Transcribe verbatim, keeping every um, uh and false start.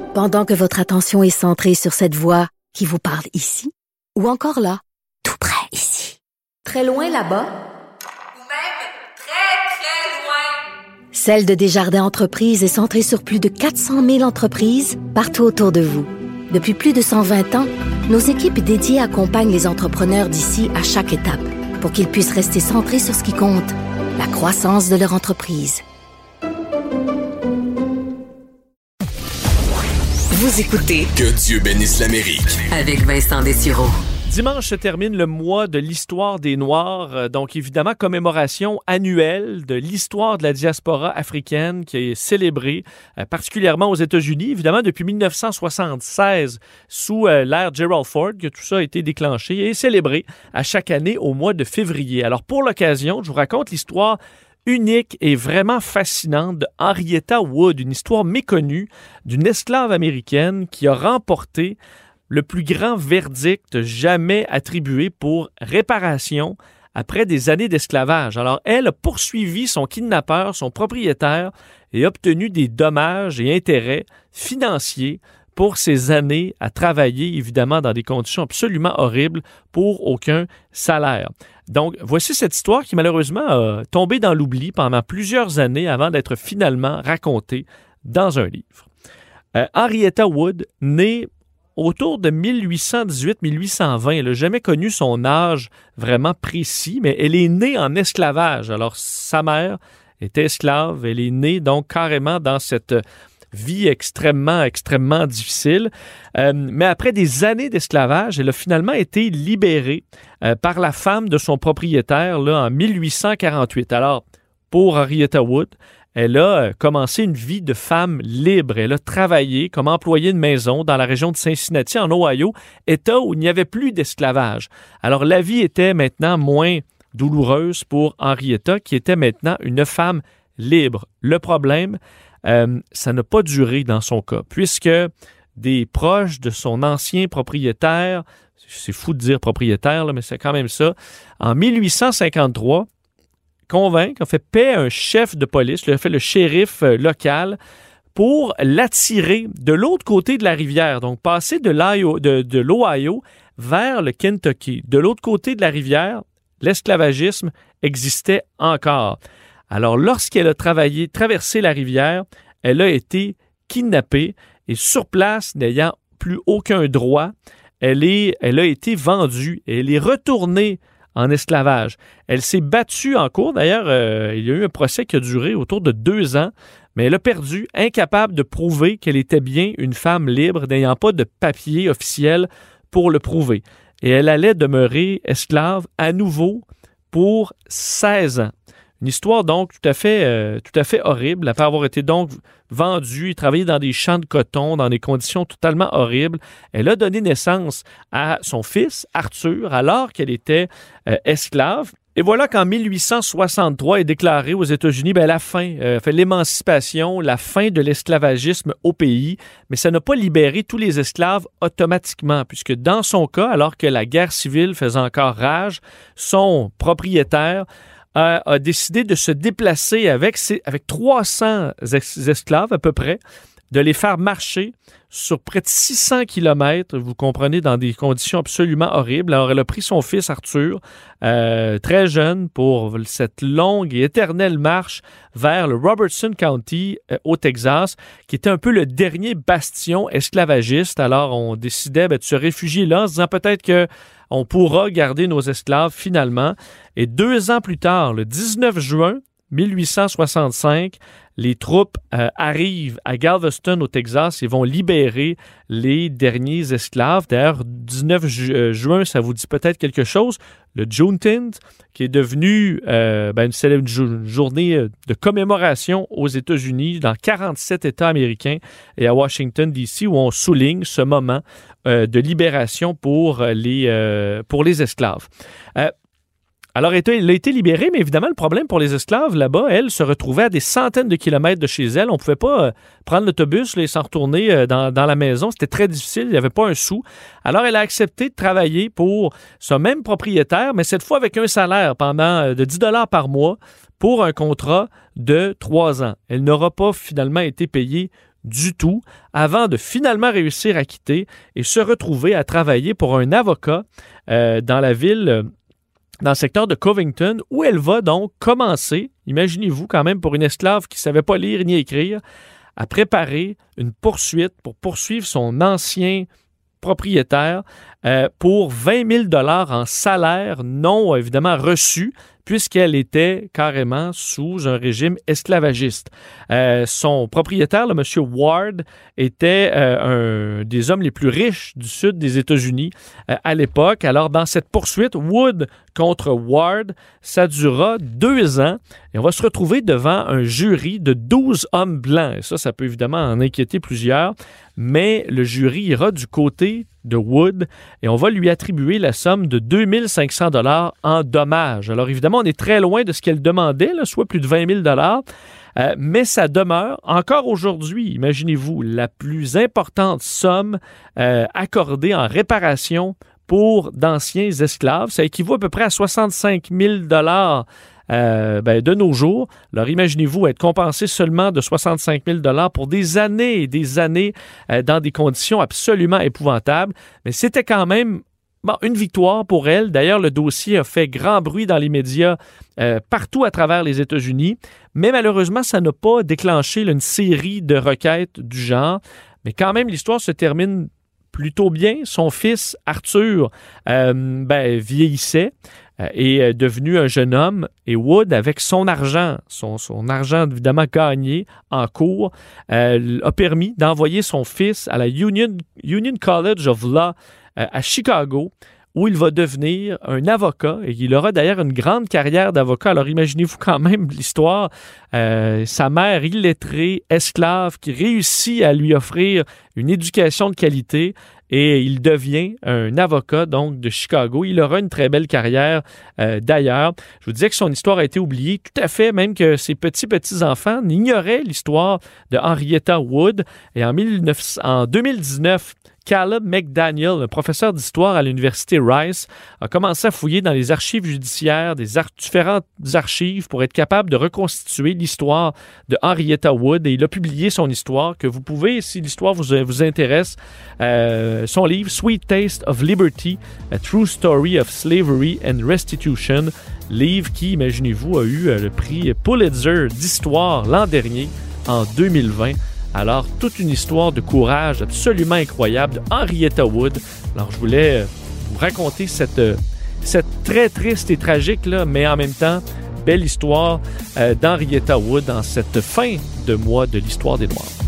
Pendant que votre attention est centrée sur cette voix qui vous parle ici, ou encore là, tout près ici, très loin là-bas, ou même très, très loin. Celle de Desjardins Entreprises est centrée sur plus de quatre cent mille entreprises partout autour de vous. Depuis plus de cent vingt ans, nos équipes dédiées accompagnent les entrepreneurs d'ici à chaque étape pour qu'ils puissent rester centrés sur ce qui compte, la croissance de leur entreprise. Vous écoutez Que Dieu bénisse l'Amérique avec Vincent Dessureau. Dimanche se termine le mois de l'histoire des Noirs, donc évidemment commémoration annuelle de l'histoire de la diaspora africaine qui est célébrée euh, particulièrement aux États-Unis, évidemment depuis dix-neuf cent soixante-seize sous euh, l'ère Gerald Ford que tout ça a été déclenché et célébré à chaque année au mois de février. Alors pour l'occasion, je vous raconte l'histoire unique et vraiment fascinante de Henrietta Wood, une histoire méconnue d'une esclave américaine qui a remporté le plus grand verdict jamais attribué pour réparation après des années d'esclavage. Alors, elle a poursuivi son kidnappeur, son propriétaire, et obtenu des dommages et intérêts financiers pour ces années à travailler, évidemment, dans des conditions absolument horribles pour aucun salaire. Donc, voici cette histoire qui, malheureusement, a tombé dans l'oubli pendant plusieurs années avant d'être finalement racontée dans un livre. Euh, Henrietta Wood, née autour de mille huit cent dix-huit mille huit cent vingt, elle n'a jamais connu son âge vraiment précis, mais elle est née en esclavage. Alors, sa mère était esclave, elle est née donc carrément dans cette vie extrêmement, extrêmement difficile. Euh, mais après des années d'esclavage, elle a finalement été libérée euh, par la femme de son propriétaire là, en mille huit cent quarante-huit. Alors, pour Henrietta Wood, elle a commencé une vie de femme libre. Elle a travaillé comme employée de maison dans la région de Cincinnati, en Ohio, État où il n'y avait plus d'esclavage. Alors, la vie était maintenant moins douloureuse pour Henrietta, qui était maintenant une femme libre. Le problème, Euh, ça n'a pas duré dans son cas, puisque des proches de son ancien propriétaire, c'est fou de dire propriétaire, là, mais c'est quand même ça, en mille huit cent cinquante-trois, convainquent, ont fait paix à un chef de police, lui a fait le shérif euh, local, pour l'attirer de l'autre côté de la rivière, donc passer de, de, de l'Ohio vers le Kentucky. De l'autre côté de la rivière, l'esclavagisme existait encore. Alors, lorsqu'elle a travaillé, traversé la rivière, elle a été kidnappée et sur place, n'ayant plus aucun droit, elle, est, elle a été vendue et elle est retournée en esclavage. Elle s'est battue en cours. D'ailleurs, euh, il y a eu un procès qui a duré autour de deux ans, mais elle a perdu, incapable de prouver qu'elle était bien une femme libre, n'ayant pas de papier officiel pour le prouver. Et elle allait demeurer esclave à nouveau pour seize ans. Une histoire donc tout à fait, euh, tout à fait horrible, après avoir été donc vendue et travaillée dans des champs de coton, dans des conditions totalement horribles. Elle a donné naissance à son fils, Arthur, alors qu'elle était euh, esclave. Et voilà qu'en mille huit cent soixante-trois est déclarée aux États-Unis ben, la fin, euh, fait l'émancipation, la fin de l'esclavagisme au pays. Mais ça n'a pas libéré tous les esclaves automatiquement, puisque dans son cas, alors que la guerre civile faisait encore rage, son propriétaire A, a décidé de se déplacer avec, ses, avec trois cents es- esclaves à peu près, de les faire marcher sur près de six cents kilomètres, vous comprenez, dans des conditions absolument horribles. Alors, elle a pris son fils Arthur, euh, très jeune, pour cette longue et éternelle marche vers le Robertson County euh, au Texas, qui était un peu le dernier bastion esclavagiste. Alors, on décidait ben, de se réfugier là, en se disant peut-être que on pourra garder nos esclaves finalement. Et deux ans plus tard, le dix-neuf juin mille huit cent soixante-cinq, les troupes euh, arrivent à Galveston, au Texas, et vont libérer les derniers esclaves. D'ailleurs, dix-neuf ju- juin, ça vous dit peut-être quelque chose. Le Juneteenth, qui est devenu euh, ben, une célèbre une journée de commémoration aux États-Unis, dans quarante-sept États américains et à Washington, D C, où on souligne ce moment euh, de libération pour les, euh, pour les esclaves. Euh, Alors, elle a été libérée, mais évidemment, le problème pour les esclaves, là-bas, elle se retrouvait à des centaines de kilomètres de chez elle. On ne pouvait pas euh, prendre l'autobus là, et s'en retourner euh, dans, dans la maison. C'était très difficile, il n'y avait pas un sou. Alors, elle a accepté de travailler pour son même propriétaire, mais cette fois avec un salaire pendant euh, de dix dollars par mois pour un contrat de trois ans. Elle n'aura pas finalement été payée du tout avant de finalement réussir à quitter et se retrouver à travailler pour un avocat euh, dans la ville, euh, dans le secteur de Covington, où elle va donc commencer, imaginez-vous quand même pour une esclave qui ne savait pas lire ni écrire, à préparer une poursuite pour poursuivre son ancien propriétaire euh, pour vingt mille dollars en salaire non évidemment reçu, puisqu'elle était carrément sous un régime esclavagiste. Euh, son propriétaire, le monsieur Ward, était euh, un des hommes les plus riches du sud des États-Unis euh, à l'époque. Alors, dans cette poursuite, Wood contre Ward, ça durera deux ans et on va se retrouver devant un jury de douze hommes blancs. Et ça, ça peut évidemment en inquiéter plusieurs, mais le jury ira du côté de Wood et on va lui attribuer la somme de deux mille cinq cents dollars en dommages. Alors évidemment, on est très loin de ce qu'elle demandait, là, soit plus de vingt mille dollars, euh, mais ça demeure encore aujourd'hui, imaginez-vous, la plus importante somme euh, accordée en réparation pour d'anciens esclaves. Ça équivaut à peu près à soixante-cinq mille dollars Euh, ben, de nos jours. Alors, imaginez-vous être compensé seulement de soixante-cinq mille dollars pour des années et des années euh, dans des conditions absolument épouvantables. Mais c'était quand même bon, une victoire pour elle. D'ailleurs, le dossier a fait grand bruit dans les médias euh, partout à travers les États-Unis. Mais malheureusement, ça n'a pas déclenché là, une série de requêtes du genre. Mais quand même, l'histoire se termine plutôt bien. Son fils, Arthur, euh, ben, vieillissait et est devenu un jeune homme. Et Wood, avec son argent, son, son argent évidemment gagné en cours, euh, a permis d'envoyer son fils à la Union, Union College of Law euh, à Chicago, où il va devenir un avocat. Et il aura d'ailleurs une grande carrière d'avocat. Alors imaginez-vous quand même l'histoire. Euh, sa mère illettrée, esclave, qui réussit à lui offrir une éducation de qualité. Et il devient un avocat donc de Chicago. Il aura une très belle carrière euh, d'ailleurs. Je vous disais que son histoire a été oubliée tout à fait, même que ses petits-petits-enfants ignoraient l'histoire de Henrietta Wood. Et en, mille neuf cents, en deux mille dix-neuf, Caleb McDaniel, un professeur d'histoire à l'université Rice, a commencé à fouiller dans les archives judiciaires, des ar- différentes archives pour être capable de reconstituer l'histoire de Henrietta Wood. Et il a publié son histoire, que vous pouvez, si l'histoire vous, vous intéresse, euh, son livre « Sweet Taste of Liberty, A True Story of Slavery and Restitution », livre qui, imaginez-vous, a eu le prix Pulitzer d'histoire l'an dernier, en deux mille vingt. Alors, toute une histoire de courage absolument incroyable de Henrietta Wood. Alors, je voulais vous raconter cette, cette très triste et tragique, là, mais en même temps, belle histoire euh, d'Henrietta Wood en cette fin de mois de l'histoire des Noirs.